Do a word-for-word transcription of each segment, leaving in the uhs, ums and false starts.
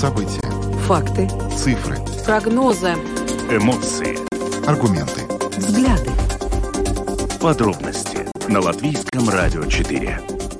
События. Факты. Цифры. Прогнозы. Эмоции. Аргументы. Взгляды. Подробности на Латвийском радио четыре.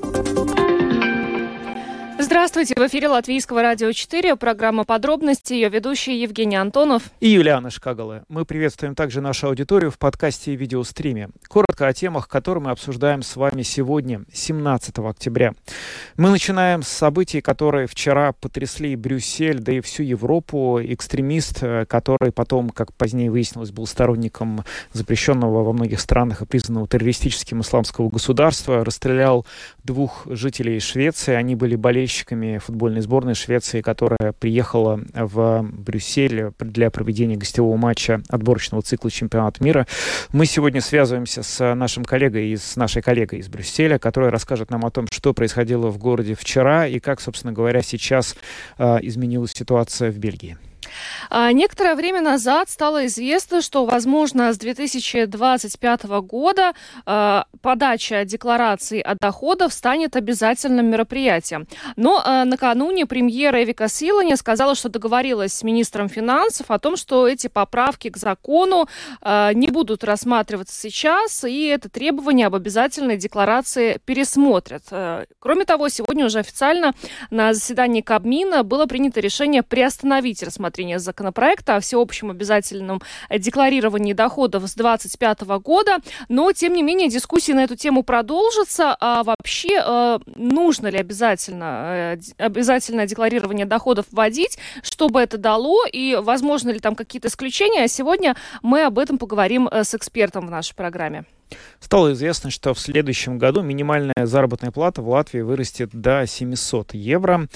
Здравствуйте, в эфире Латвийского радио четыре, программа «Подробности», ее ведущие Евгений Антонов и Юлиана Шкагала. Мы приветствуем также нашу аудиторию в подкасте и видеостриме. Коротко о темах, которые мы обсуждаем с вами сегодня, семнадцатого октября. Мы начинаем с событий, которые вчера потрясли Брюссель, да и всю Европу. Экстремист, который потом, как позднее выяснилось, был сторонником запрещенного во многих странах и признанного террористическим исламского государства, расстрелял двух жителей Швеции. Они были болельщиками футбольной сборной Швеции, которая приехала в Брюссель для проведения гостевого матча отборочного цикла чемпионата мира. Мы сегодня связываемся с нашим коллегой, с нашей коллегой из Брюсселя, которая расскажет нам о том, что происходило в городе вчера и как, собственно говоря, сейчас э, изменилась ситуация в Бельгии. Некоторое время назад стало известно, что, возможно, с две тысячи двадцать пятого года э, подача деклараций о доходах станет обязательным мероприятием. Но э, накануне премьер Эвика Силани сказала, что договорилась с министром финансов о том, что эти поправки к закону э, не будут рассматриваться сейчас, и это требование об обязательной декларации пересмотрят. Э, кроме того, сегодня уже официально на заседании Кабмина было принято решение приостановить рассмотрение законопроекта о всеобщем обязательном декларировании доходов с двадцать пятого года, но, тем не менее, дискуссии на эту тему продолжатся. А вообще, э, нужно ли обязательно, э, обязательное декларирование доходов вводить, чтобы это дало, и возможно ли там какие-то исключения? А сегодня мы об этом поговорим с экспертом в нашей программе. Стало известно, что в следующем году минимальная заработная плата в Латвии вырастет до семьсот евро.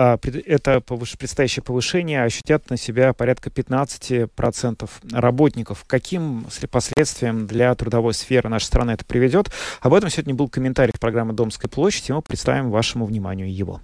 Это предстоящее повышение ощутят на себя порядка пятнадцать процентов работников. Каким последствиям для трудовой сферы нашей страны это приведет? Об этом сегодня был комментарий в программе «Домская площадь», и мы представим вашему вниманию его.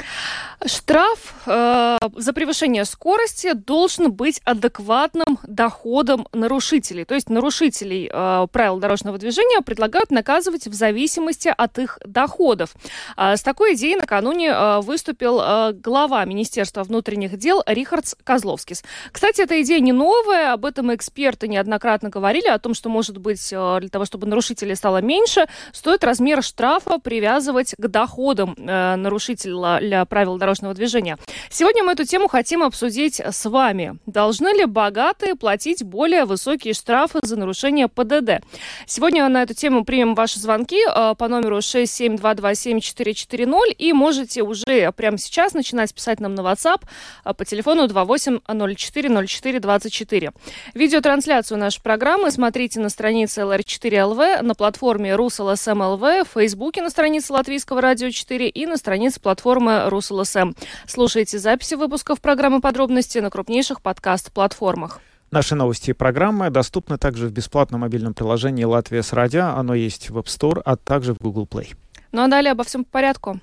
Штраф э, за превышение скорости должен быть адекватным доходом нарушителей. То есть нарушителей э, правил дорожного движения предлагают наказывать в зависимости от их доходов. Э, с такой идеей накануне э, выступил э, глава Министерства внутренних дел Рихардс Козловскис. Кстати, эта идея не новая. Об этом эксперты неоднократно говорили, о том, что, может быть, э, для того, чтобы нарушителей стало меньше, стоит размер штрафа привязывать к доходам э, нарушителя для правил дорожного движения. Сегодня мы эту тему хотим обсудить с вами. Должны ли богатые платить более высокие штрафы за нарушение ПДД? Сегодня на эту тему примем ваши звонки по номеру шесть семь два два семь четыре четыре ноль и можете уже прямо сейчас начинать писать нам на WhatsApp по телефону два восемь ноль четыре ноль четыре двадцать четыре. Видеотрансляцию нашей программы смотрите на странице эл эр четыре эл ви, на платформе РусЛСМ эл ви, в Фейсбуке на странице Латвийского радио четыре и на странице платформы РусЛСМ. Слушайте записи выпусков программы «Подробности» на крупнейших подкаст-платформах. Наши новости и программы доступны также в бесплатном мобильном приложении «Латвия с радио». Оно есть в App Store, а также в Google Play. Ну а далее обо всем по порядку.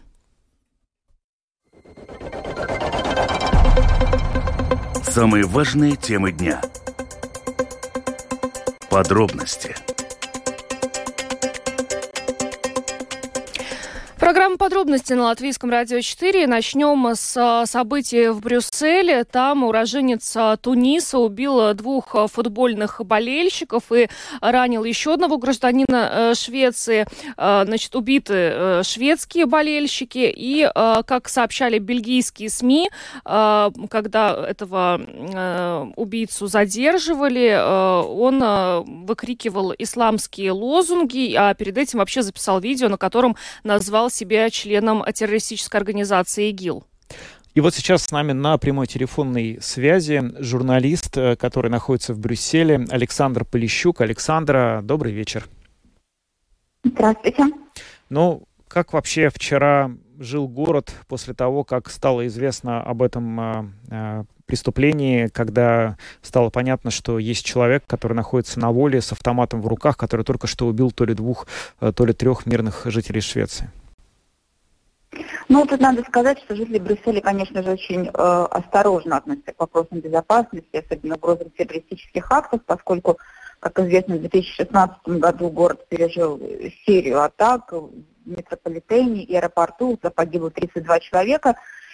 Самые важные темы дня. Подробности. Программа «Подробности» на Латвийском радио четыре. Начнем с событий в Брюсселе. Там уроженец Туниса убил двух футбольных болельщиков и ранил еще одного гражданина Швеции. Значит, убиты шведские болельщики. И, как сообщали бельгийские СМИ, когда этого убийцу задерживали, он выкрикивал исламские лозунги, а перед этим вообще записал видео, на котором назвал себя членом террористической организации ИГИЛ. И вот сейчас с нами на прямой телефонной связи журналист, который находится в Брюсселе, Александр Полищук. Александра, добрый вечер. Здравствуйте. Ну, как вообще вчера жил город после того, как стало известно об этом э, преступлении, когда стало понятно, что есть человек, который находится на воле с автоматом в руках, который только что убил то ли двух, то ли трех мирных жителей Швеции? Ну, тут надо сказать, что жители Брюсселя, конечно же, очень э, осторожно относятся к вопросам безопасности, особенно угрозам террористических актов, поскольку, как известно, в две тысячи шестнадцатом году город пережил серию атак в метрополитене и аэропорту, погибло тридцать два человека.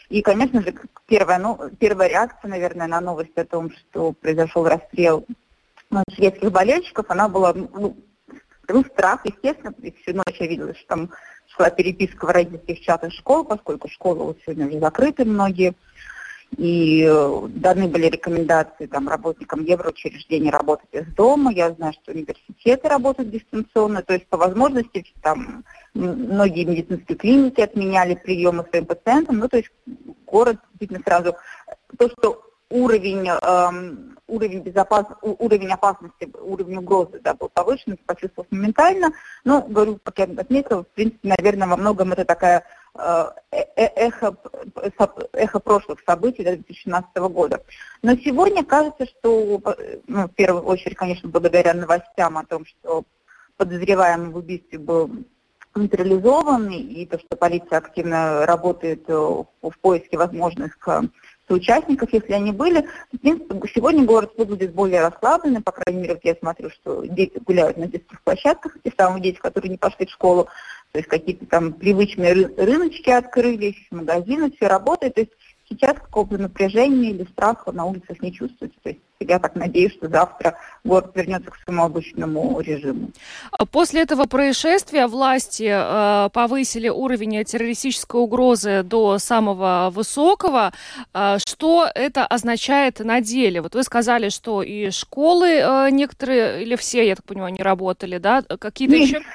И, конечно же, первая, ну, первая реакция, наверное, на новость о том, что произошел расстрел ну, шведских болельщиков, она была, ну, ну, страх, естественно, всю ночь я видела, что там шла переписка в родительских чатах школ, поскольку школы вот сегодня уже закрыты многие, и даны были рекомендации там, работникам евроучреждений работать из дома. Я знаю, что университеты работают дистанционно, то есть по возможности там многие медицинские клиники отменяли приемы своим пациентам. Ну, то есть город действительно сразу... То, что уровень, эм, уровень, безопас... уровень опасности, уровень угрозы да, был повышен, почувствовался моментально. Но, говорю, как я отметила, в принципе, наверное, во многом это такая э- эхо, эхо прошлых событий две тысячи шестнадцатого года. Но сегодня кажется, что, ну, в первую очередь, конечно, благодаря новостям о том, что подозреваемый в убийстве был нейтрализован, и то, что полиция активно работает в поиске возможных соучастников, если они были. В принципе, сегодня город выглядит более расслабленным, по крайней мере, вот я смотрю, что дети гуляют на детских площадках, те самые дети, которые не пошли в школу, то есть какие-то там привычные ры- рыночки открылись, магазины, все работает, то есть сейчас какого-то напряжения или страха на улицах не чувствуется. То есть я так надеюсь, что завтра город вернется к своему обычному режиму. После этого происшествия власти э, повысили уровень террористической угрозы до самого высокого. Э, что это означает на деле? Вот вы сказали, что и школы э, некоторые, или все, я так понимаю, не работали, да? Какие-то Нет. еще...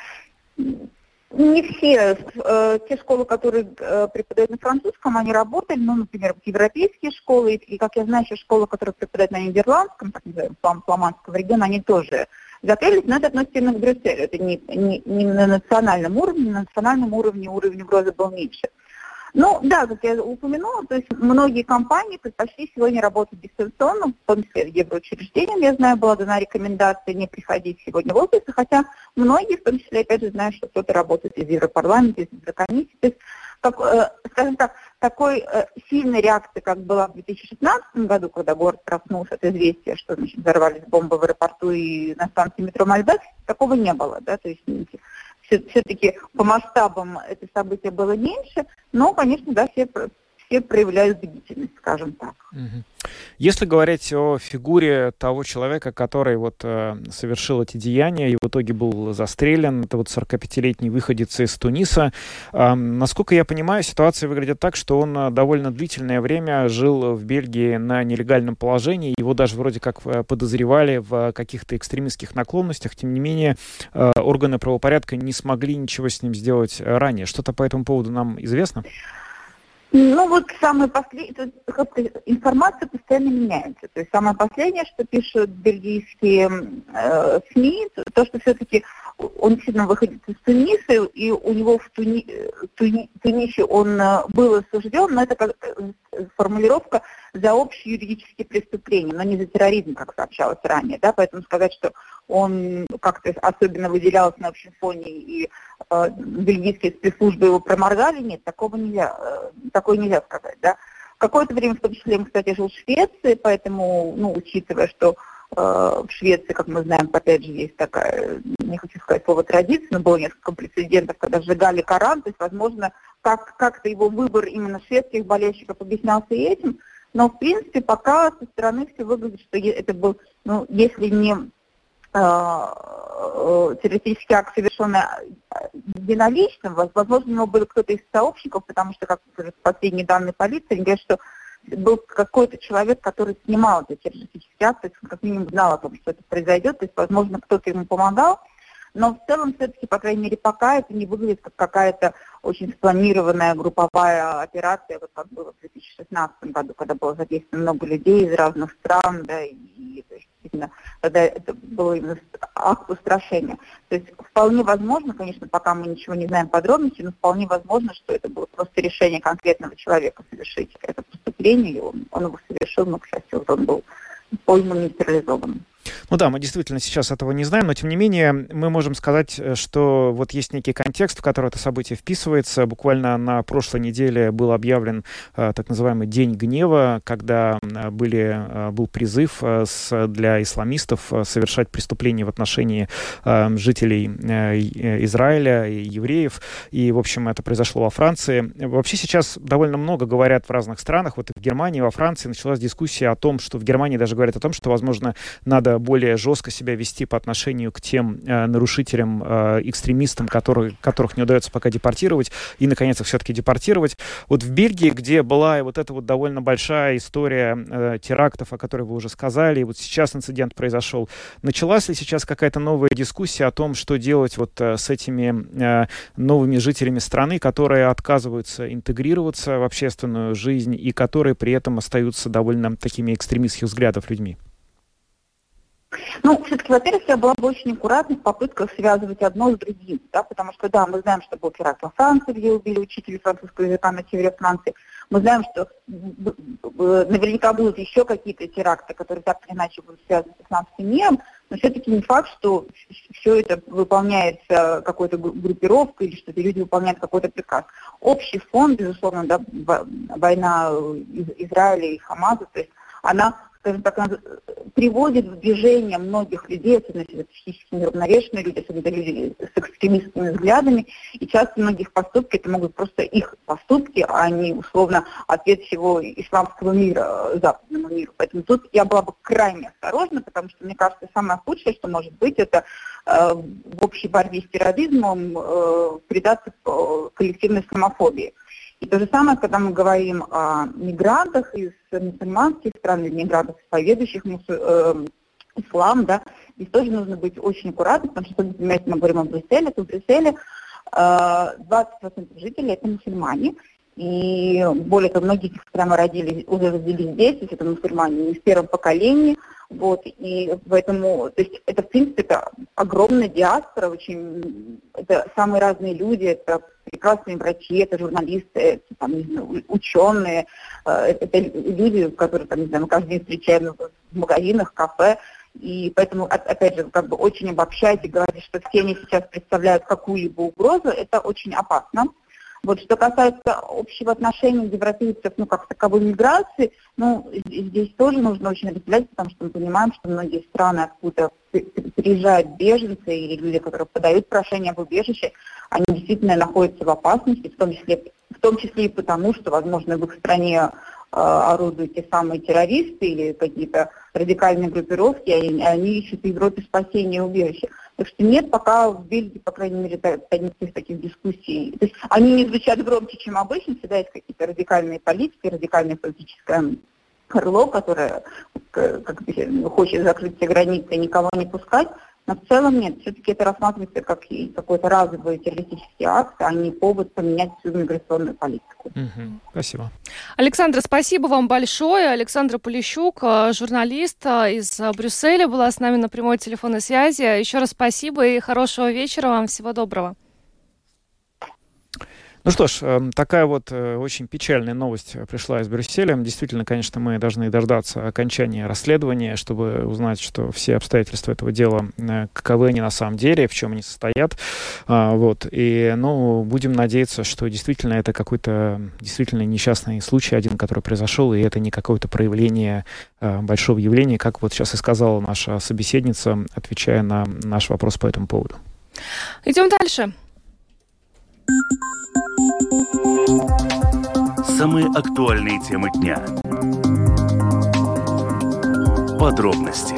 Не все. Э, те школы, которые э, преподают на французском, они работали, ну, например, европейские школы, и, как я знаю, еще школы, которые преподают на нидерландском, так называемом, фламандском регионе, они тоже закрылись, но это относится именно к Брюсселю. Это не, не, не на национальном уровне, на национальном уровне уровень угрозы был меньше. Ну, да, как я упомянула, то есть многие компании предпочли сегодня работать дистанционно, в том числе евроучреждениям, я знаю, была дана рекомендация не приходить сегодня в офис, хотя многие, в том числе, опять же, знают, что кто-то работает из Европарламента, из Еврокомиссии. То есть, как, э, скажем так, такой э, сильной реакции, как была в две тысячи шестнадцатом году, когда город проснулся от известия, что, значит, взорвались бомбы в аэропорту и на станции метро Мальбек, такого не было, да, то есть все-таки по масштабам это событие было меньше, но, конечно, да, все, все проявляют бдительность, скажем так. Если говорить о фигуре того человека, который вот э, совершил эти деяния и в итоге был застрелен, это вот сорокапятилетний выходец из Туниса, э, насколько я понимаю, ситуация выглядит так, что он довольно длительное время жил в Бельгии на нелегальном положении, его даже вроде как подозревали в каких-то экстремистских наклонностях, тем не менее э, органы правопорядка не смогли ничего с ним сделать ранее. Что-то по этому поводу нам известно? Ну вот самое последнее, информация постоянно меняется. То есть самое последнее, что пишут бельгийские э, СМИ, то, что все-таки он действительно выходит из Туниса, и у него в Туни, Туни, Тунисе он был осужден, но это как формулировка за общие юридические преступления, но не за терроризм, как сообщалось ранее. Да? Поэтому сказать, что он как-то особенно выделялся на общем фоне, и э, бельгийские спецслужбы его проморгали, нет, такого нельзя, э, такое нельзя сказать. Да? Какое-то время, в том числе, он, кстати, жил в Швеции, поэтому, ну, учитывая, что э, в Швеции, как мы знаем, опять же, есть такая, не хочу сказать слово традиция, но было несколько прецедентов, когда сжигали Коран, то есть, возможно, как, как-то его выбор именно шведских болельщиков объяснялся и этим, но, в принципе, пока со стороны все выглядит, что это был, ну, если не террористический акт, совершенный единолично, возможно, у него был кто-то из сообщников, потому что, как последние данные полиции, они говорят, что был какой-то человек, который снимал этот террористический акт, то есть он как минимум знал о том, что это произойдет, то есть, возможно, кто-то ему помогал, но в целом все-таки, по крайней мере, пока это не выглядит как какая-то очень спланированная групповая операция, вот как было в две тысячи шестнадцатом году, когда было задействовано много людей из разных стран, да, и, и то есть, действительно, когда это был именно акт устрашения. То есть вполне возможно, конечно, пока мы ничего не знаем подробностей, но вполне возможно, что это было просто решение конкретного человека совершить это преступление, и он, он его совершил, но, к счастью, он был пойман, нейтрализован. Ну да, мы действительно сейчас этого не знаем, но тем не менее мы можем сказать, что вот есть некий контекст, в который это событие вписывается. Буквально на прошлой неделе был объявлен э, так называемый День гнева, когда были, э, был призыв э, с, для исламистов э, совершать преступления в отношении э, жителей э, Израиля и евреев. И, в общем, это произошло во Франции. Вообще сейчас довольно много говорят в разных странах. Вот и в Германии, во Франции началась дискуссия о том, что в Германии даже говорят о том, что, возможно, надо более жестко себя вести по отношению к тем э, нарушителям, э, экстремистам, которые, которых не удается пока депортировать, и, наконец, их все-таки депортировать. Вот в Бельгии, где была и вот эта вот довольно большая история э, терактов, о которой вы уже сказали, и вот сейчас инцидент произошел, началась ли сейчас какая-то новая дискуссия о том, что делать вот э, с этими э, новыми жителями страны, которые отказываются интегрироваться в общественную жизнь и которые при этом остаются довольно такими экстремистских взглядов людьми? Ну, все-таки, во-первых, я была бы очень аккуратна в попытках связывать одно с другим, да, потому что, да, мы знаем, что был теракт во Франции, где убили учителя французского языка на севере Франции. Мы знаем, что наверняка будут еще какие-то теракты, которые так или иначе будут связаны с исламским миром, но все-таки не факт, что все это выполняется какой-то группировкой или что эти люди выполняют какой-то приказ. Общий фон, безусловно, да, война Израиля и Хамаса, то есть она, скажем так, она приводит в движение многих людей, особенно если это психически неравновешенные люди, особенно люди с экстремистскими взглядами, и часто многих поступки, это могут просто их поступки, а не, условно, ответ всего исламского мира, западному миру. Поэтому тут я была бы крайне осторожна, потому что, мне кажется, самое худшее, что может быть, это э, в общей борьбе с терроризмом э, предаться коллективной исламофобии. И то же самое, когда мы говорим о мигрантах из мусульманских стран, или мигрантах, исповедующих мусу, э, ислам, да, здесь тоже нужно быть очень аккуратным, потому что, например, если мы говорим о Брюсселе, то в Брюсселе э, двадцать процентов жителей – это мусульмане, и более того, многие, когда мы родились, уже родились здесь, то есть это мусульмане не в первом поколении, вот, и поэтому, то есть это, в принципе, это огромная диаспора, очень, это самые разные люди, это прекрасные врачи, это журналисты, это, там, не знаю, ученые, это, это люди, которые, там, не знаю, мы каждый день встречаем в магазинах, кафе, и поэтому, опять же, как бы очень обобщать и говорить, что все они сейчас представляют какую-либо угрозу, это очень опасно. Вот, что касается общего отношения европейцев, ну, как таковой миграции, ну, здесь тоже нужно очень разделять, потому что мы понимаем, что многие страны, откуда приезжают беженцы или люди, которые подают прошение об убежище, они действительно находятся в опасности, в том числе, в том числе и потому, что, возможно, в их стране э, орудуют те самые террористы или какие-то радикальные группировки, и они, они ищут в Европе спасения и убежища. Так что нет, пока в Бельгии, по крайней мере, никаких таких дискуссий. То есть они не звучат громче, чем обычно, всегда есть какие-то радикальные политики, радикальное политическое крыло, которое как бы хочет закрыть все границы и никого не пускать. Но в целом нет, все-таки это рассматривается как какой-то разовый террористический акт, а не повод поменять всю миграционную политику. Угу. Спасибо. Александра, спасибо вам большое. Александра Полищук, журналист из Брюсселя, была с нами на прямой телефонной связи. Еще раз спасибо и хорошего вечера вам. Всего доброго. Ну что ж, такая вот очень печальная новость пришла из Брюсселя. Действительно, конечно, мы должны дождаться окончания расследования, чтобы узнать, что все обстоятельства этого дела, каковы они на самом деле, в чем они состоят. Вот. И, ну, будем надеяться, что действительно это какой-то действительно несчастный случай один, который произошел, и это не какое-то проявление большого явления, как вот сейчас и сказала наша собеседница, отвечая на наш вопрос по этому поводу. Идем дальше. Самые актуальные темы дня. Подробности.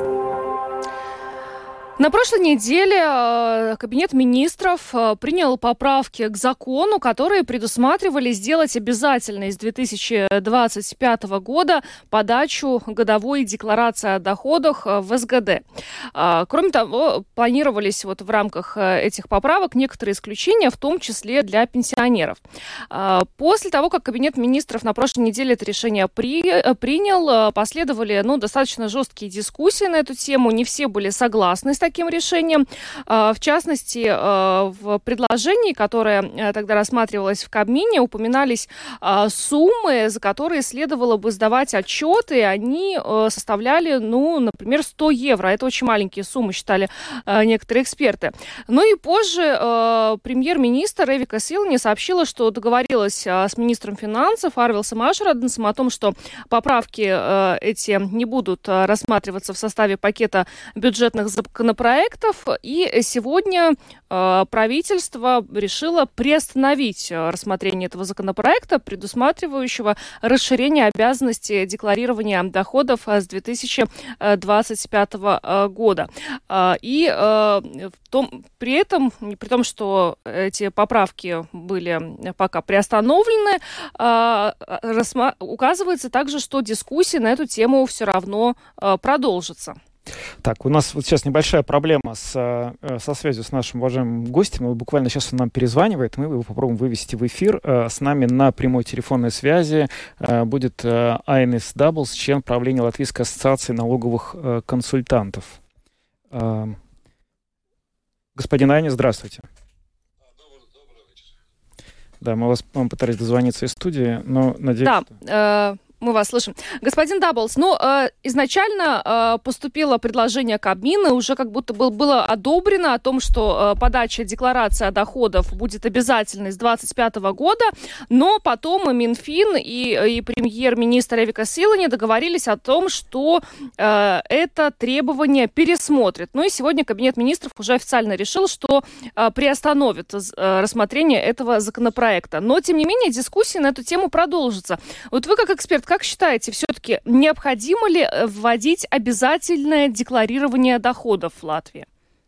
На прошлой неделе Кабинет министров принял поправки к закону, которые предусматривали сделать обязательной с две тысячи двадцать пятого года подачу годовой декларации о доходах в эс гэ дэ. Кроме того, планировались вот в рамках этих поправок некоторые исключения, в том числе для пенсионеров. После того, как Кабинет министров на прошлой неделе это решение при, принял, последовали ну, достаточно жесткие дискуссии на эту тему. Не все были согласны с таким таким решением. В частности, в предложении, которое тогда рассматривалось в Кабмине, упоминались суммы, за которые следовало бы сдавать отчеты. Они составляли, ну, например, сто евро. Это очень маленькие суммы, считали некоторые эксперты. Ну и позже премьер-министр Эвика Силани сообщила, что договорилась с министром финансов Арвилсом Ашраденсом о том, что поправки эти не будут рассматриваться в составе пакета бюджетных законопроектов. И сегодня э, правительство решило приостановить рассмотрение этого законопроекта, предусматривающего расширение обязанностей декларирования доходов с две тысячи двадцать пятого года. Э, и э, в том, при этом, при том, что эти поправки были пока приостановлены, э, рассма- указывается также, что дискуссии на эту тему все равно э, продолжатся. Так, у нас вот сейчас небольшая проблема с, со связью с нашим уважаемым гостем. Буквально сейчас он нам перезванивает. Мы его попробуем вывести в эфир. С нами на прямой телефонной связи будет Айнис Даблс, член правления Латвийской ассоциации налоговых консультантов. Господин Айнис, здравствуйте. Да, мы вас мы пытались дозвониться из студии, но надеюсь... Да, что... Мы вас слышим. Господин Даблс, ну, э, изначально э, поступило предложение Кабмина, уже как будто был, было одобрено о том, что э, подача декларации о доходах будет обязательной с двадцать пятого года, но потом и Минфин, и, и премьер-министр Эвика Силани договорились о том, что э, это требование пересмотрят. Ну и сегодня Кабинет министров уже официально решил, что э, приостановит э, рассмотрение этого законопроекта. Но, тем не менее, дискуссии на эту тему продолжатся. Вот вы, как эксперт, как считаете, все-таки необходимо ли вводить обязательное декларирование доходов в Латвии?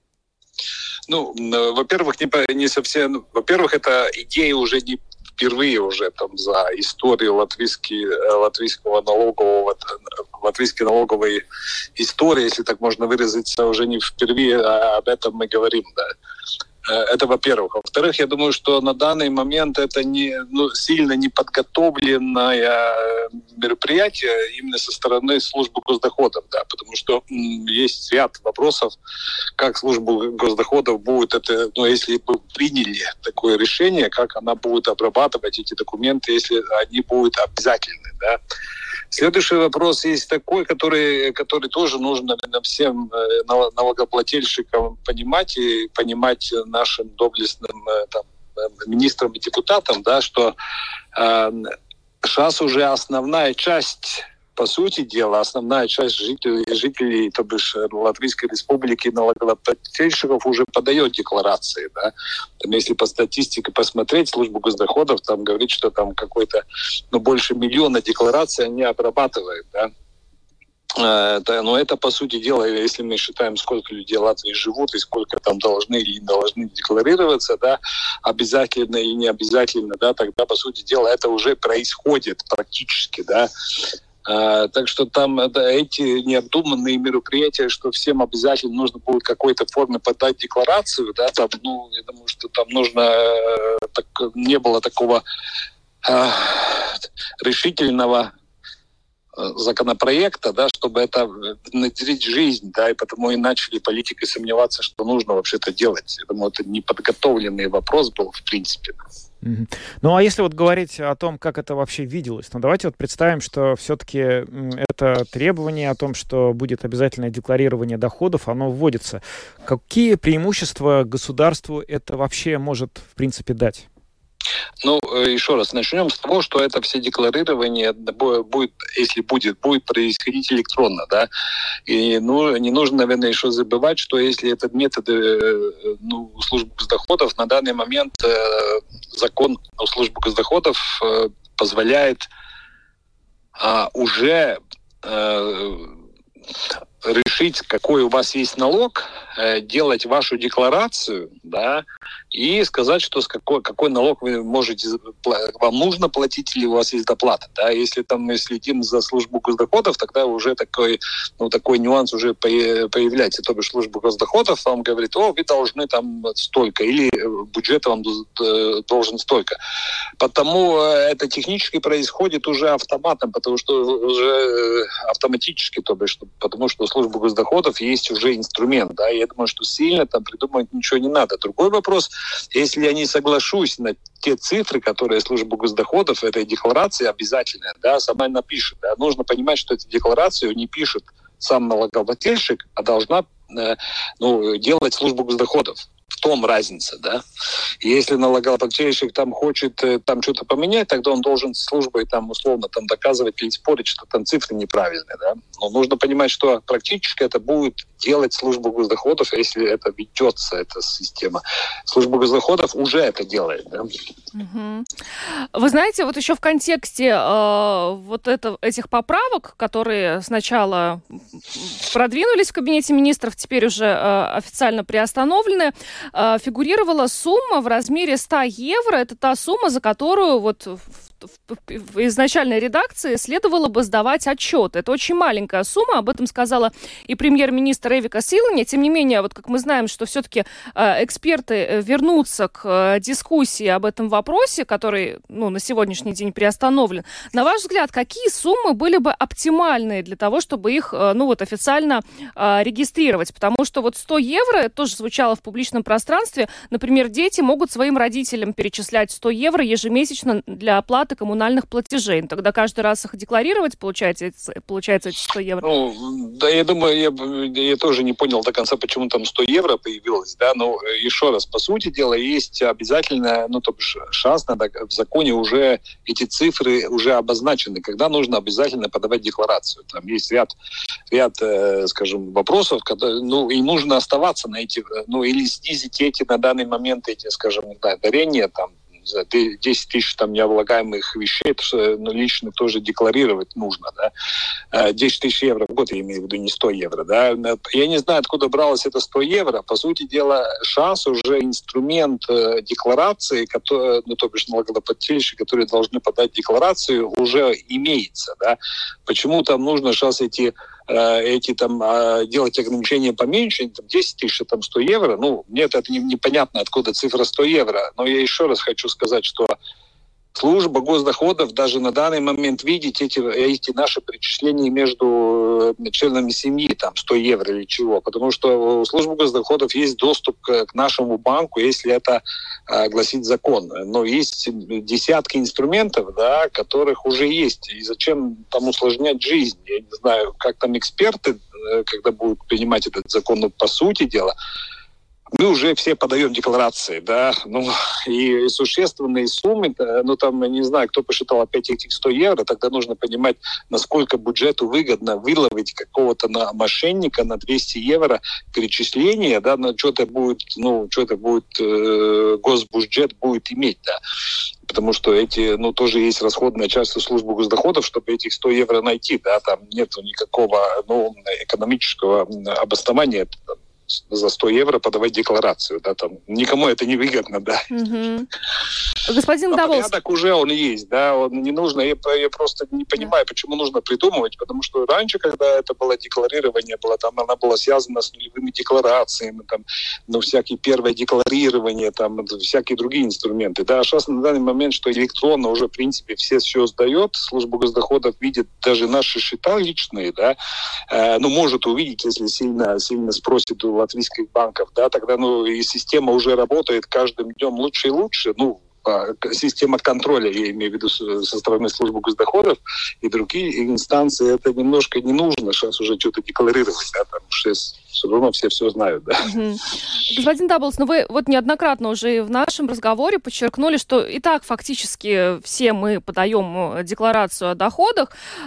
Ну, во-первых, не, не совсем... Во-первых, эта идея уже не впервые уже там за историю латвийского налогового, латвийской налоговой истории, если так можно выразиться, уже не впервые об этом мы говорим, да. Это во-первых. Во-вторых, я думаю, что на данный момент это не, ну, сильно неподготовленное мероприятие именно со стороны службы госдоходов, да, потому что м, есть ряд вопросов, как служба госдоходов будет это, ну, если бы приняли такое решение, как она будет обрабатывать эти документы, если они будут обязательны, да. Следующий вопрос есть такой, который, который тоже нужно всем налогоплательщикам понимать и понимать нашим доблестным там, министрам и депутатам, да, что э, сейчас уже основная часть, по сути дела, основная часть жителей, жителей то бишь Латвийской Республики налогоплательщиков уже подает декларации. Да. Там, если по статистике посмотреть, служба госдоходов там говорит, что там какой-то, ну, больше миллиона деклараций они обрабатывают. Да. Это, но это, по сути дела, если мы считаем, сколько людей в Латвии живут и сколько там должны или не должны декларироваться, да, обязательно и не обязательно, да, тогда, по сути дела, это уже происходит практически, да. Uh, так что там да, эти необдуманные мероприятия, что всем обязательно нужно будет в какой-то форме подать декларацию, да, там, ну, я думаю, что там нужно, uh, так, не было такого uh, решительного законопроекта, да, чтобы это внедрить в жизнь, да, и потому и начали политики сомневаться, что нужно вообще это делать. Я думаю, это неподготовленный вопрос был, в принципе. Mm-hmm. Ну, а если вот говорить о том, как это вообще виделось, ну, давайте вот представим, что все-таки это требование о том, что будет обязательное декларирование доходов, оно вводится. Какие преимущества государству это вообще может, в принципе, дать? Ну, еще раз, начнем с того, что это все декларирование будет, если будет, будет происходить электронно, да. И, ну, не нужно, наверное, еще забывать, что если этот метод, ну, службы госдоходов, на данный момент э, закон о службе госдоходов э, позволяет э, уже э, решить, какой у вас есть налог, э, делать вашу декларацию, да, и сказать, что с какой, какой налог вы можете, вам нужно платить или у вас есть доплата. Да. Если там мы следим за службу госдоходов, тогда уже такой, ну, такой нюанс уже появляется. То бишь служба госдоходов вам говорит, о, вы должны там столько, или бюджет вам должен столько. Потому это технически происходит уже автоматом, потому что уже автоматически, то бишь, потому что служба госдоходов есть уже инструмент, да, я думаю, что сильно там придумать ничего не надо. Другой вопрос, если я не соглашусь на те цифры, которые служба госдоходов в этой декларации обязательно, да, сама напишет, да, нужно понимать, что эту декларацию не пишет сам налогоплательщик, а должна э, ну, делать служба госдоходов. В том разница, да. И если налогоплательщик там хочет э, там что-то поменять, тогда он должен с службой там условно там доказывать или спорить, что там цифры неправильные, да. Но нужно понимать, что практически это будет делать служба госдоходов, если это ведется, эта система. Служба госдоходов уже это делает, да. Угу. Вы знаете, вот еще в контексте э, вот это, этих поправок, которые сначала продвинулись в кабинете министров, теперь уже э, официально приостановлены, э, фигурировала сумма в размере сто евро. Это та сумма, за которую вот в, в, в изначальной редакции следовало бы сдавать отчет. Это очень маленькая сумма, об этом сказала и премьер-министр Эвика Силаня. Тем не менее, вот как мы знаем, что все-таки э, эксперты вернутся к э, дискуссии об этом вопросе, который ну, на сегодняшний день приостановлен. На ваш взгляд, какие суммы были бы оптимальные для того, чтобы их э, ну, вот, официально э, регистрировать? Потому что вот сто евро, это тоже звучало в публичном пространстве, например, дети могут своим родителям перечислять сто евро ежемесячно для оплаты коммунальных платежей. Тогда каждый раз их декларировать, получается, получается эти сто евро. Ну, да, я думаю, я, я тоже не понял до конца, почему там сто евро появилось, да, но еще раз, по сути дела, есть обязательно, ну, то бишь, шанс, надо, в законе уже эти цифры уже обозначены, когда нужно обязательно подавать декларацию. Там есть ряд, ряд э, скажем, вопросов, когда, ну, и нужно оставаться на эти, ну, или снизить эти на данный момент, эти, скажем, да, дарения, там, десять тысяч там необлагаемых вещей, это, ну, лично тоже декларировать нужно, да. десять тысяч евро в год, я имею в виду, не сто евро, да. Я не знаю, откуда бралось это сто евро. По сути дела, шанс уже, инструмент э, декларации, который, ну, то бишь налогоплательщики, которые должны подать декларацию, уже имеется, да. Почему там нужно сейчас эти эти там делать ограничения поменьше, там, десять тысяч, там, сто евро, ну, мне это не, непонятно, откуда цифра сто евро, но я еще раз хочу сказать, что служба госдоходов даже на данный момент видит эти, эти наши перечисления между членами семьи, там, сто евро или чего, потому что у службы госдоходов есть доступ к, к нашему банку, если это а, гласит закон. Но есть десятки инструментов, да, которых уже есть. И зачем там усложнять жизнь? Я не знаю, как там эксперты, когда будут принимать этот закон, но по сути дела, мы уже все подаем декларации, да, ну, и существенные суммы, ну, там, не знаю, кто посчитал опять этих сто евро, тогда нужно понимать, насколько бюджету выгодно выловить какого-то на мошенника на двести евро перечисления, да, на что-то будет, ну, что-то будет, э, госбюджет будет иметь, да, потому что эти, ну, тоже есть расходная часть службы госдоходов, чтобы этих сто евро найти, да, там нету никакого, ну, экономического обоснования, там, за сто евро подавать декларацию, да, там никому это не выгодно, да. Угу. Господин а Даволс... порядок уже он есть, да, он не нужно, я, я просто не понимаю, почему нужно придумывать, потому что раньше, когда это было декларирование, было, там, она была связана с нулевыми декларациями, там, ну, всякие первое декларирование, там, всякие другие инструменты, да, а сейчас на данный момент, что электронно уже, в принципе, все все сдает, служба госдоходов видит даже наши счета личные, да, э, ну, может увидеть, если сильно, сильно спросит у латвийских банков, да, тогда, ну, и система уже работает каждым днем лучше и лучше, ну, система контроля, я имею в виду со стороны службы госдоходов и другие инстанции, это немножко не нужно сейчас уже что-то декларировать, да, потому что все равно все все знают, да. Угу. Господин Даблс, ну вы вот неоднократно уже в нашем разговоре подчеркнули, что и так фактически все мы подаем декларацию о доходах,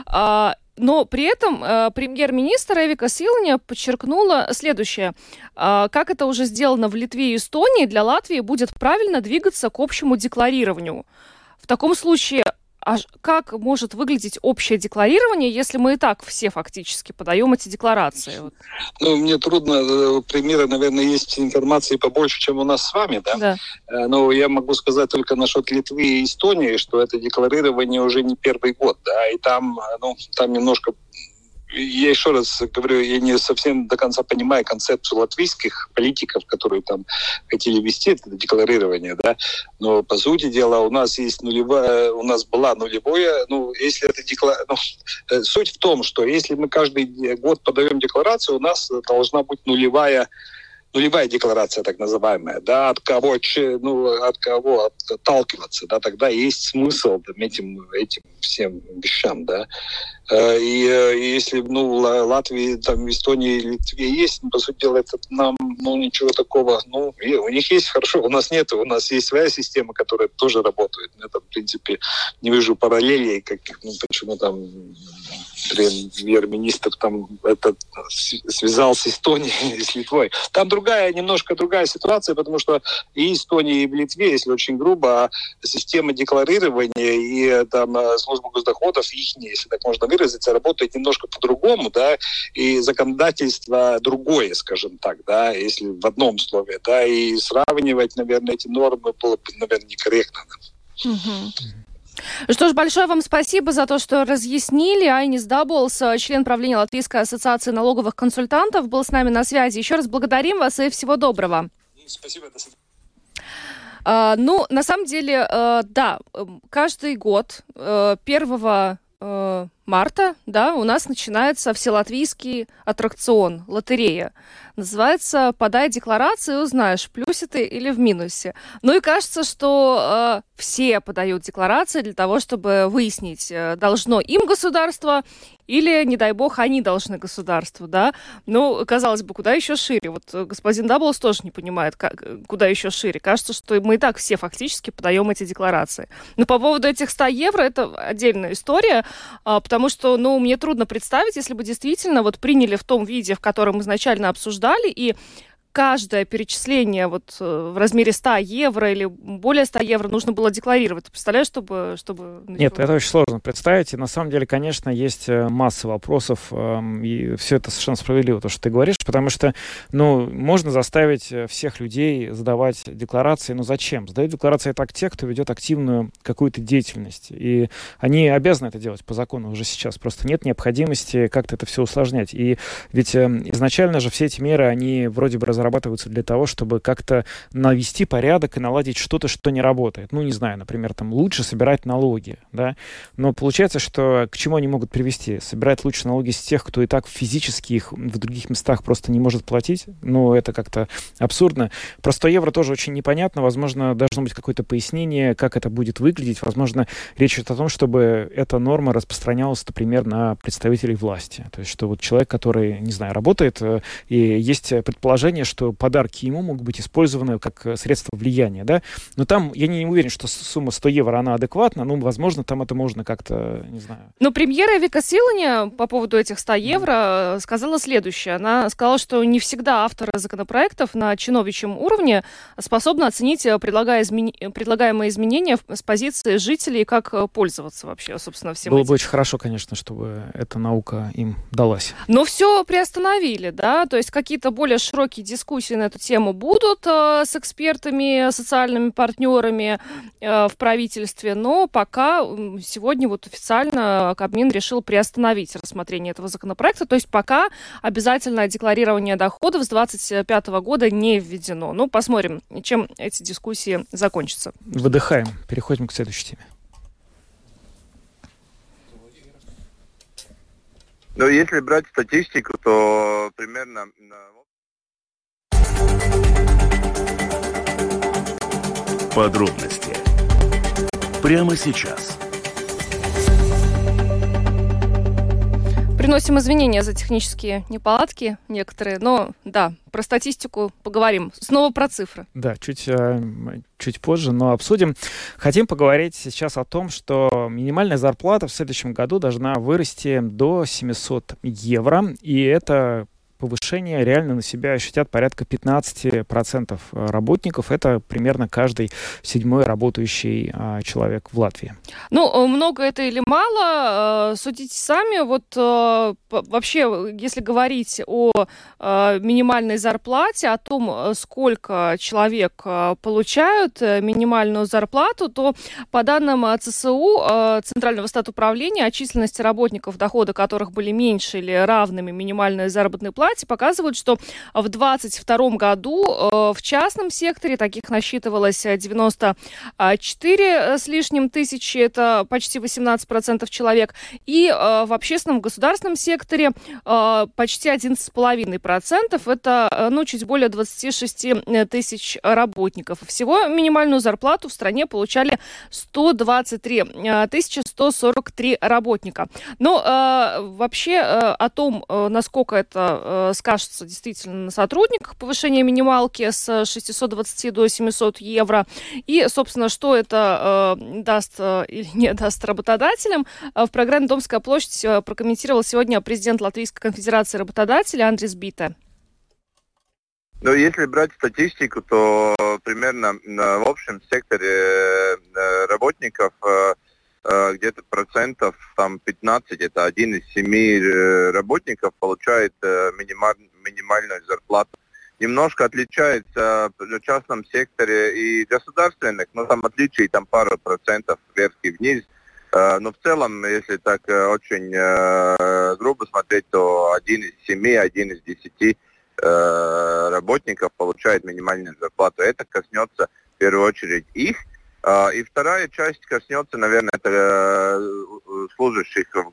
а но при этом э, премьер-министр Эвика Силаня подчеркнула следующее. Э, как это уже сделано в Литве и Эстонии, для Латвии будет правильно двигаться к общему декларированию. В таком случае, а как может выглядеть общее декларирование, если мы и так все фактически подаем эти декларации? Ну, мне трудно, примеры, наверное, есть информации побольше, чем у нас с вами, да? Да. Но я могу сказать только насчет Литвы и Эстонии, что это декларирование уже не первый год, да, и там, ну, там немножко я еще раз говорю, я не совсем до конца понимаю концепцию латвийских политиков, которые там хотели вести это декларирование, да, но по сути дела у нас есть нулевая, у нас была нулевое, ну, если это декла... ну, суть в том, что если мы каждый год подаем декларацию, у нас должна быть нулевая нулевая декларация, так называемая, да, от кого, ну, от кого отталкиваться, да, тогда есть смысл там, этим, этим всем вещам, да. И, и если, ну, Латвии, там, Эстонии, Литве есть, ну, по сути дела, это нам, ну, ничего такого, ну, у них есть, хорошо, у нас нет, у нас есть своя система, которая тоже работает. Я там, в принципе, не вижу параллелей, как, ну, почему там премьер-министр там этот связал с Эстонией и с Литвой. Там другая, немножко другая ситуация, потому что и Эстонии, и в Литве, если очень грубо, система декларирования и там служба госдоходов, их, если так можно выразиться, работает немножко по-другому, да, и законодательство другое, скажем так, да, если в одном слове, да, и сравнивать, наверное, эти нормы было бы, наверное, некорректно. Угу. Что ж, большое вам спасибо за то, что разъяснили. Айнис Даблс, член правления Латвийской ассоциации налоговых консультантов, был с нами на связи. Еще раз благодарим вас и всего доброго. Спасибо, до свидания. А, ну, на самом деле, э, да, каждый год э, первого марта, да, у нас начинается вселатвийский аттракцион, лотерея. Называется «Подай декларацию, узнаешь, в плюсе ты или в минусе». Ну и кажется, что э, все подают декларации для того, чтобы выяснить, э, должно им государство или, не дай бог, они должны государству, да. Ну, казалось бы, куда еще шире? Вот господин Даблс тоже не понимает, как, куда еще шире. Кажется, что мы и так все фактически подаем эти декларации. Но по поводу этих ста евро, это отдельная история, э, потому что, ну, мне трудно представить, если бы действительно вот приняли в том виде, в котором изначально обсуждали, и каждое перечисление вот в размере ста евро или более ста евро нужно было декларировать. Ты представляешь, чтобы... чтобы... Нет, это очень сложно представить. И на самом деле, конечно, есть масса вопросов, и все это совершенно справедливо, то, что ты говоришь, потому что, ну, можно заставить всех людей задавать декларации, но зачем? Сдают декларации так те, кто ведет активную какую-то деятельность. И они обязаны это делать по закону уже сейчас. Просто нет необходимости как-то это все усложнять. И ведь изначально же все эти меры, они вроде бы разрабатываются разрабатываются для того, чтобы как-то навести порядок и наладить что-то, что не работает. Ну, не знаю, например, там лучше собирать налоги, да. Но получается, что к чему они могут привести? Собирать лучше налоги с тех, кто и так физически их в других местах просто не может платить? Ну, это как-то абсурдно. Про сто евро тоже очень непонятно. Возможно, должно быть какое-то пояснение, как это будет выглядеть. Возможно, речь идет о том, чтобы эта норма распространялась, например, на представителей власти. То есть, что вот человек, который, не знаю, работает, и есть предположение, что что подарки ему могут быть использованы как средство влияния, да, но там я не уверен, что сумма сто евро, она адекватна, ну, возможно, там это можно как-то, не знаю. Но премьера Вика Силаня по поводу этих ста евро mm. сказала следующее. Она сказала, что не всегда авторы законопроектов на чиновничьем уровне способны оценить предлагая измени... предлагаемые изменения с позиции жителей, как пользоваться вообще, собственно, всем Было этим. бы очень хорошо, конечно, чтобы эта наука им далась. Но все приостановили, да, то есть какие-то более широкие дискуссии Дискуссии на эту тему будут э, с экспертами, социальными партнерами э, в правительстве, но пока сегодня вот официально Кабмин решил приостановить рассмотрение этого законопроекта, то есть пока обязательное декларирование доходов с двадцать пятого года не введено. Ну, посмотрим, чем эти дискуссии закончатся. Выдыхаем, переходим к следующей теме. Ну, если брать статистику, то примерно... Подробности прямо сейчас. Приносим извинения за технические неполадки некоторые, но да, про статистику поговорим. Снова про цифры. Да, чуть, чуть позже, но обсудим. Хотим поговорить сейчас о том, что минимальная зарплата в следующем году должна вырасти до семьсот евро, и это повышение реально на себя ощутят порядка пятнадцать процентов работников. Это примерно каждый седьмой работающий а, человек в Латвии. Ну, много это или мало, судите сами. Вот вообще, если говорить о минимальной зарплате, о том, сколько человек получают минимальную зарплату, то по данным ЦСУ, Центрального статуправления, о численности работников, дохода которых были меньше или равными минимальной заработной плате, показывают, что в двадцать втором году в частном секторе таких насчитывалось девяносто четыре с лишним тысячи, это почти восемнадцать процентов человек, и в общественном государственном секторе почти одиннадцать целых пять десятых процента, это ну, чуть более двадцать шесть тысяч работников. Всего минимальную зарплату в стране получали сто двадцать три тысячи сто сорок три работника. Но вообще о том, насколько это скажется действительно на сотрудниках, повышение минималки с шестисот двадцати до семисот евро, и, собственно, что это э, даст э, или не даст работодателям, в программе «Домская площадь» прокомментировал сегодня президент Латвийской конфедерации работодателей Андрис Бите. Ну, если брать статистику, то примерно в общем секторе работников где-то процентов там пятнадцать, это один из семи работников получает минималь, минимальную зарплату. Немножко отличается в частном секторе и государственных, но там отличий там пару процентов вверх и вниз. Но в целом, если так очень грубо смотреть, то один из семи, один из десяти работников получает минимальную зарплату. Это коснется в первую очередь их. И вторая часть коснется, наверное, это служащих в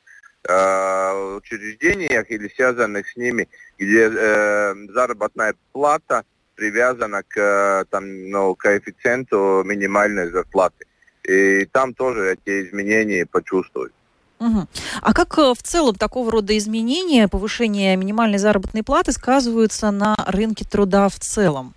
госучреждениях или связанных с ними, где заработная плата привязана к там, ну, коэффициенту минимальной зарплаты. И там тоже эти изменения почувствуют. Угу. А как в целом такого рода изменения, повышение минимальной заработной платы сказываются на рынке труда в целом?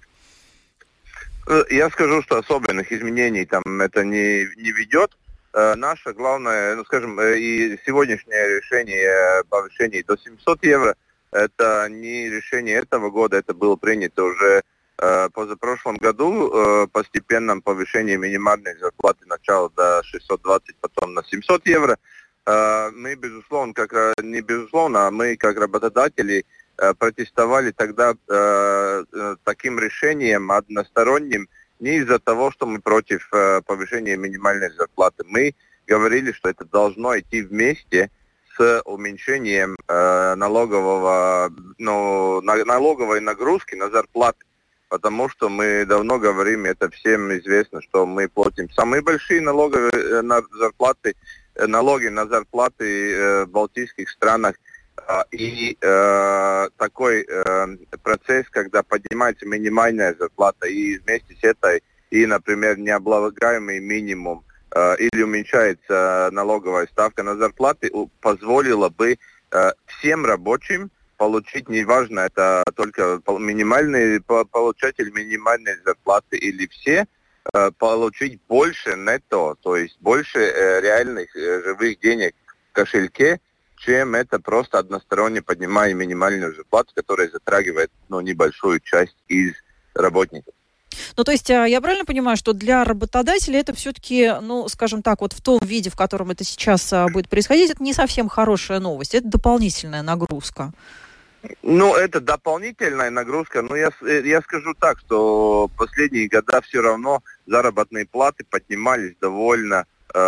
Я скажу, что особенных изменений там это не, не ведет. Э, наше главное, ну скажем, э, и сегодняшнее решение повышения до семисот евро, это не решение этого года, это было принято уже э, позапрошлом году, э, постепенном повышении минимальной зарплаты сначала до шестисот двадцати, потом на семьсот евро. Э, мы, безусловно, как не безусловно, а мы как работодатели протестовали тогда э, таким решением односторонним не из-за того, что мы против э, повышения минимальной зарплаты. Мы говорили, что это должно идти вместе с уменьшением э, налогового, ну, на, налоговой нагрузки на зарплаты. Потому что мы давно говорим, это всем известно, что мы платим самые большие налоговые на зарплаты, налоги на зарплаты э, в балтийских странах. И э, такой э, процесс, когда поднимается минимальная зарплата, и вместе с этой, и, например, необлагаемый минимум, э, или уменьшается налоговая ставка на зарплаты, позволило бы э, всем рабочим получить, неважно, это только минимальный получатель минимальной зарплаты или все, э, получить больше нетто, то есть больше э, реальных э, живых денег в кошельке, чем это просто односторонне поднимая минимальную зарплату, которая затрагивает ну, небольшую часть из работников. Ну, то есть я правильно понимаю, что для работодателя это все-таки, ну, скажем так, вот в том виде, в котором это сейчас будет происходить, это не совсем хорошая новость, это дополнительная нагрузка. Ну, это дополнительная нагрузка, но я, я скажу так, что последние года все равно заработные платы поднимались довольно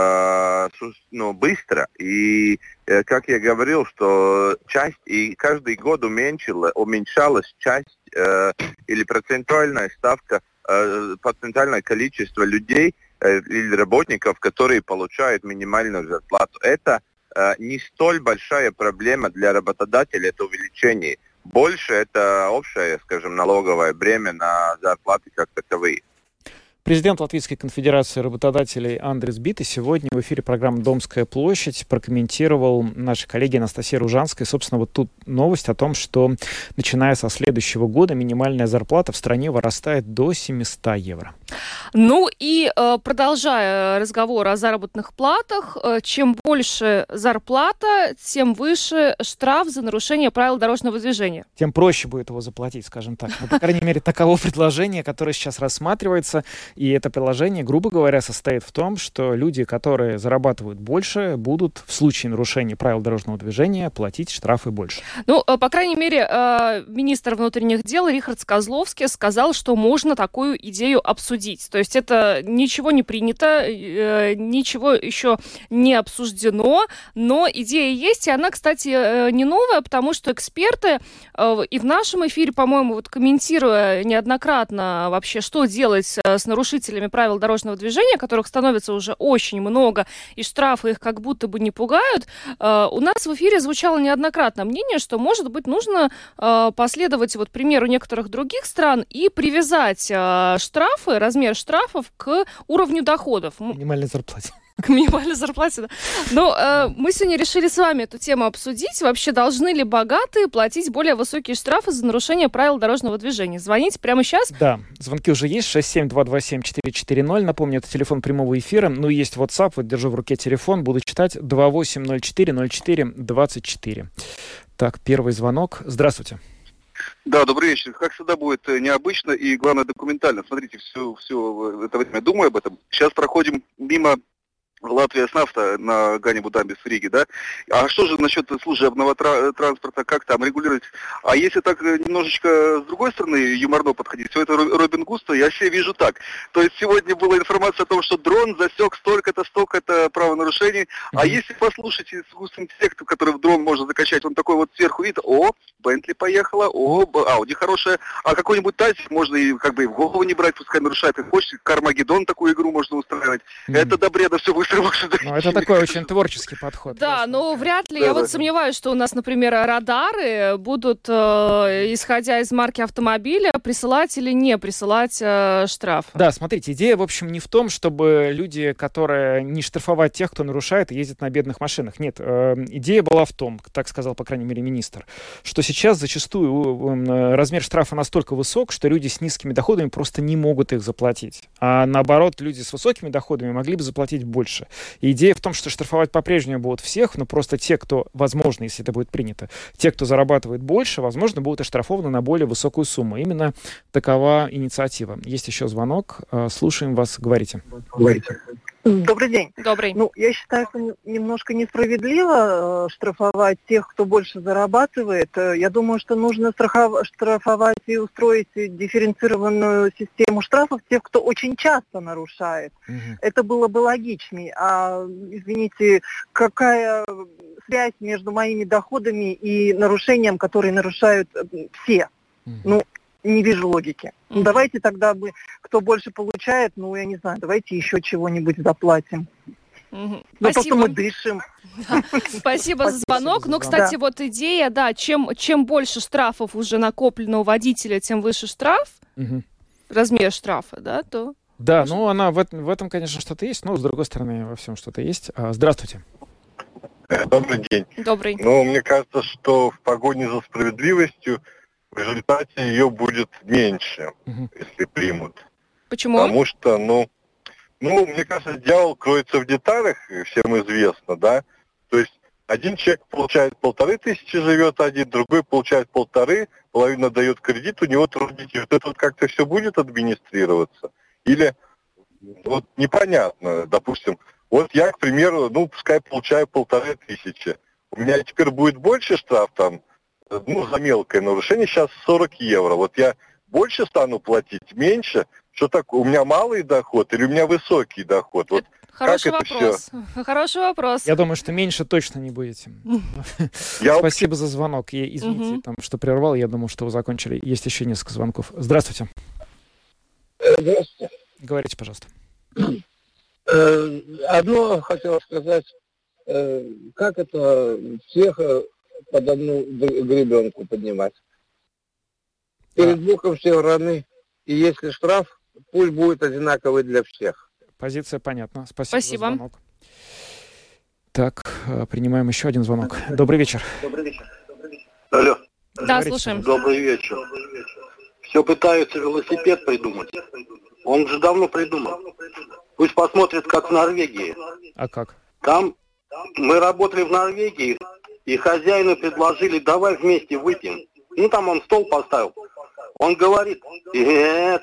ну, быстро. И, как я говорил, что часть, и каждый год уменьшила, уменьшалась часть э, или процентуальная ставка, э, процентуальное количество людей э, или работников, которые получают минимальную зарплату. Это э, не столь большая проблема для работодателя, это увеличение. Больше это общее, скажем, налоговое бремя на зарплаты как таковые. Президент Латвийской конфедерации работодателей Андрис Бите сегодня в эфире программы «Домская площадь» прокомментировал нашей коллеге Анастасии Ружанской, собственно, вот тут новость о том, что начиная со следующего года минимальная зарплата в стране вырастает до семисот евро. Ну и э, продолжая разговор о заработных платах, э, чем больше зарплата, тем выше штраф за нарушение правил дорожного движения. Тем проще будет его заплатить, скажем так. Ну, по крайней мере, таково предложение, которое сейчас рассматривается. И это предложение, грубо говоря, состоит в том, что люди, которые зарабатывают больше, будут в случае нарушения правил дорожного движения платить штрафы больше. Ну, э, по крайней мере, э, министр внутренних дел Рихард Козловский сказал, что можно такую идею обсудить. То есть это ничего не принято, э, ничего еще не обсуждено, но идея есть, и она, кстати, э, не новая, потому что эксперты э, и в нашем эфире, по-моему, вот комментируя неоднократно вообще, что делать э, с нарушителями правил дорожного движения, которых становится уже очень много, и штрафы их как будто бы не пугают, э, у нас в эфире звучало неоднократно мнение, что, может быть, нужно э, последовать вот примеру некоторых других стран и привязать э, штрафы, размер штрафов к уровню доходов. Минимальной зарплате. К минимальной зарплате, да. Но э, мы сегодня решили с вами эту тему обсудить. Вообще, должны ли богатые платить более высокие штрафы за нарушение правил дорожного движения? Звоните прямо сейчас. Да, звонки уже есть. шесть семь два два семь четыре четыре ноль. Напомню, это телефон прямого эфира. Ну, есть WhatsApp. Вот держу в руке телефон. Буду читать. два восемь ноль четыре ноль четыре двадцать четыре. Так, первый звонок. Здравствуйте. Да, добрый вечер. Как всегда будет необычно и, главное, документально. Смотрите, все, все это время думаю об этом. Сейчас проходим мимо Латвия СНАФТа на Гане Будамбис в Риге, да? А что же насчет служебного тра- транспорта, как там регулировать? А если так немножечко с другой стороны юморно подходить, все это Робин Густо, я все вижу так. То есть сегодня была информация о том, что дрон засек столько-то, столько-то правонарушений, mm-hmm. а если послушать искусственный интеллект, который в дрон можно закачать, он такой вот сверху видит, о, Бентли поехала, о, Ауди хорошая, а какой-нибудь тазик можно и как бы и в голову не брать, пускай нарушает, как хочешь, Кармагеддон такую игру можно устраивать. Mm-hmm. Это до бреда все быстро. Ну, это такой очень творческий подход. Да, но вряд ли. Я вот сомневаюсь, что у нас, например, радары будут, э, исходя из марки автомобиля, присылать или не присылать э, штраф. Да, смотрите, идея, в общем, не в том, чтобы люди, которые не штрафовать тех, кто нарушает и ездит на бедных машинах. Нет, э, идея была в том, так сказал, по крайней мере, министр, что сейчас зачастую э, размер штрафа настолько высок, что люди с низкими доходами просто не могут их заплатить. А наоборот, люди с высокими доходами могли бы заплатить больше. И идея в том, что штрафовать по-прежнему будут всех, но просто те, кто, возможно, если это будет принято, те, кто зарабатывает больше, возможно, будут оштрафованы на более высокую сумму. Именно такова инициатива. Есть еще звонок. Слушаем вас. Говорите. Говорите. Добрый день. Добрый. Ну, я считаю, что немножко несправедливо э, штрафовать тех, кто больше зарабатывает. Я думаю, что нужно страхов... штрафовать и устроить дифференцированную систему штрафов тех, кто очень часто нарушает. Угу. Это было бы логичней. А, извините, какая связь между моими доходами и нарушением, которые нарушают все? Угу. Ну, не вижу логики. Ну, давайте тогда мы, кто больше получает, ну, я не знаю, давайте еще чего-нибудь заплатим. Угу. Ну, просто мы дышим. Да. Спасибо за звонок. Ну, кстати, да. вот идея, да, чем, чем больше штрафов уже накоплено у водителя, тем выше штраф, угу. размер штрафа, да, то... Да, может... ну, она в этом, в этом, конечно, что-то есть, но, с другой стороны, во всем что-то есть. А, здравствуйте. Добрый день. Добрый. Ну, мне кажется, что в погоне за справедливостью в результате ее будет меньше, угу. если примут. Почему? Потому что, ну, ну, мне кажется, дьявол кроется в деталях, всем известно, да. То есть один человек получает полторы тысячи, живет один, другой получает полторы, половина дает кредит, у него трудники. Вот это вот как-то все будет администрироваться? Или вот непонятно, допустим, вот я, к примеру, ну, пускай получаю полторы тысячи. У меня теперь будет больше штраф там, ну, за мелкое нарушение, сейчас сорок евро. Вот я больше стану платить, меньше? Что такое? У меня малый доход или у меня высокий доход? Вот Хороший как вопрос. Это все? Хороший вопрос. Я думаю, что меньше точно не будете. Спасибо за звонок. Извините, там, что прервал. Я думал, что вы закончили. Есть еще несколько звонков. Здравствуйте. Здравствуйте. Говорите, пожалуйста. Одно хотел сказать. Как это всех под одну гребенку поднимать? Перед Богом все равны. И если штраф, пусть будет одинаковый для всех. Позиция понятна. Спасибо, Спасибо. за звонок. Так, принимаем еще один звонок. Добрый вечер. Добрый вечер. Алло. Да, слушаем. Добрый вечер. все пытаются велосипед придумать. Он же давно придумал. Пусть посмотрят, как в Норвегии. А как? Там мы работали в Норвегии, и хозяину предложили, давай вместе выпьем. Ну, там он стол поставил. Он говорит, нет,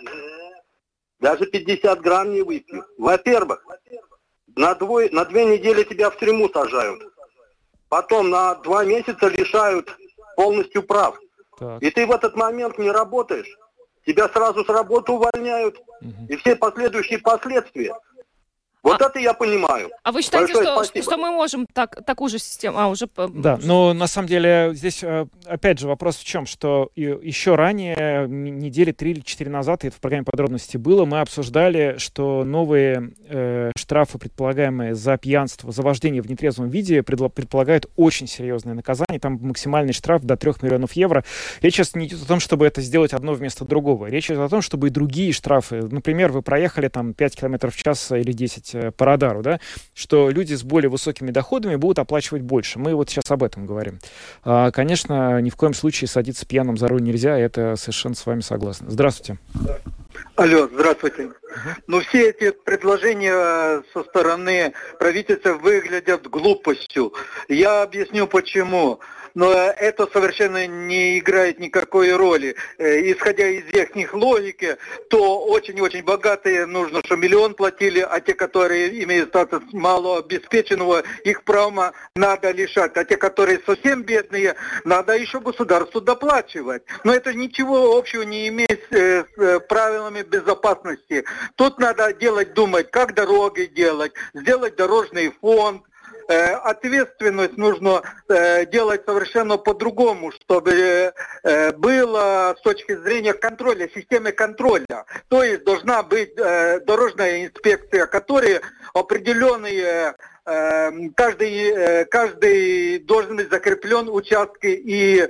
даже пятьдесят грамм не выпью. Во-первых, на, двое, на две недели тебя в тюрьму сажают. Потом на два месяца лишают полностью прав. Так. И ты в этот момент не работаешь. Тебя сразу с работы увольняют. Угу. И все последующие последствия. Вот а, это я понимаю. А вы считаете, что, что мы можем так, такую же систему... А, уже... Да, но на самом деле здесь, опять же, вопрос в чем, что еще ранее, недели три или четыре назад, и это в программе подробности было, мы обсуждали, что новые э, штрафы, предполагаемые за пьянство, за вождение в нетрезвом виде, предполагают очень серьезное наказание. Там максимальный штраф до трех миллионов евро. Речь сейчас не идет о том, чтобы это сделать одно вместо другого. Речь идет о том, чтобы и другие штрафы, например, вы проехали там пять километров в час или десять по радару, да, что люди с более высокими доходами будут оплачивать больше. Мы вот сейчас об этом говорим. А, конечно, ни в коем случае садиться пьяным за руль нельзя, это совершенно с вами согласен. Здравствуйте. Алло, здравствуйте. Uh-huh. Ну, все эти предложения со стороны правительства выглядят глупостью. Я объясню почему. Но это совершенно не играет никакой роли. Исходя из их логики, то очень-очень богатые нужно, что миллион платили, а те, которые имеют статус малообеспеченного, их права надо лишать. А те, которые совсем бедные, надо еще государству доплачивать. Но это ничего общего не имеет с правилами безопасности. Тут надо делать, думать, как дороги делать, сделать дорожный фонд. Э, ответственность нужно э, делать совершенно по-другому, чтобы э, было с точки зрения контроля, системы контроля. То есть должна быть э, дорожная инспекция, которая определенные, э, каждый, э, каждый должен быть закреплен участки и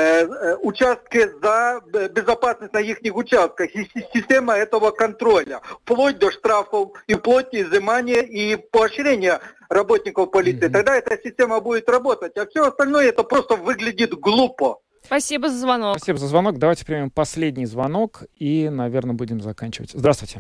участки за безопасность на их участках. И система этого контроля. Вплоть до штрафов, и вплоть до изымания и поощрения работников полиции. Mm-hmm. Тогда эта система будет работать. А все остальное это просто выглядит глупо. Спасибо за звонок. Спасибо за звонок. Давайте примем последний звонок и, наверное, будем заканчивать. Здравствуйте.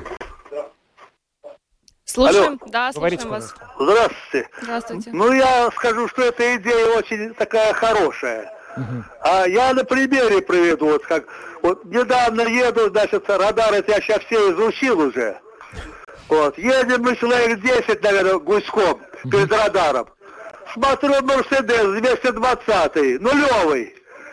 Слушаем. Алло. Да, Говорите, слушаем вас. Здравствуйте. Здравствуйте. Ну, я скажу, что эта идея очень такая хорошая. Uh-huh. А я на примере приведу, вот как вот недавно еду, значит, радары я сейчас все изучил уже. Вот, едем мы человек десять, наверное, гуськом uh-huh. перед радаром. Смотрю, Мерседес двести двадцать, нулевый.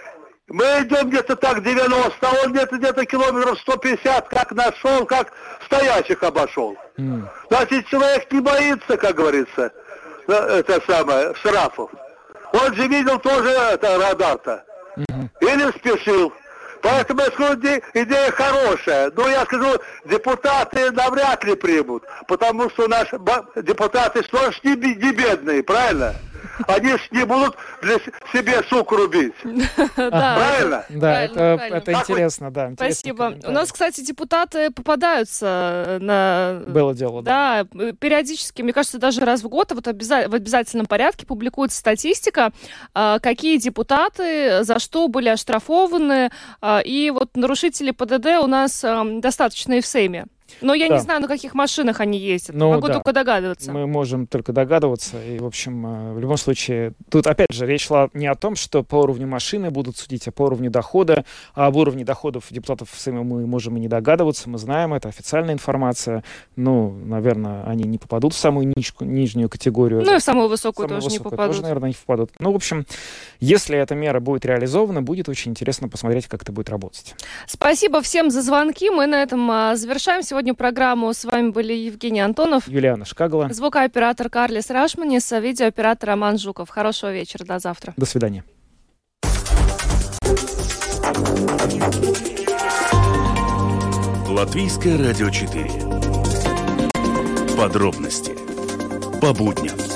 Мы идем где-то так девяносто, а он где-то где-то километров сто пятьдесят, как нашел, как стоячих обошел. Uh-huh. Значит, человек не боится, как говорится, это самое, штрафов. Он же видел тоже это радар-то. Uh-huh. Или спешил. Поэтому я скажу, идея хорошая. Но я скажу, депутаты навряд ли примут. Потому что наши депутаты что ж не бедные, правильно? Они ж не будут для себе сук рубить. Правильно? Да, это интересно, да. Спасибо. У нас, кстати, депутаты попадаются на... Было дело, да. Да, периодически, мне кажется, даже раз в год вот в обязательном порядке публикуется статистика, какие депутаты за что были оштрафованы, и вот нарушители ПДД у нас достаточно и в Сейме. Но я да. не знаю, на каких машинах они ездят. Ну, Могу да. только догадываться. Мы можем только догадываться. И, в общем, в любом случае, тут, опять же, речь шла не о том, что по уровню машины будут судить, а по уровню дохода. А об уровне доходов депутатов в Сейме мы можем и не догадываться. Мы знаем, это официальная информация. Ну, наверное, они не попадут в самую нижку, нижнюю категорию. Ну, и в самую высокую самую тоже высокую не попадут. Тоже, наверное, не попадут. Ну, в общем, если эта мера будет реализована, будет очень интересно посмотреть, как это будет работать. Спасибо всем за звонки. Мы на этом а, завершаем сегодня программу. С вами были Евгений Антонов, Юлиана Шкагала, звукооператор Карлис Рашманис, видеооператор Роман Жуков. Хорошего вечера, до завтра. До свидания. Латвийское радио четыре. Подробности по будням.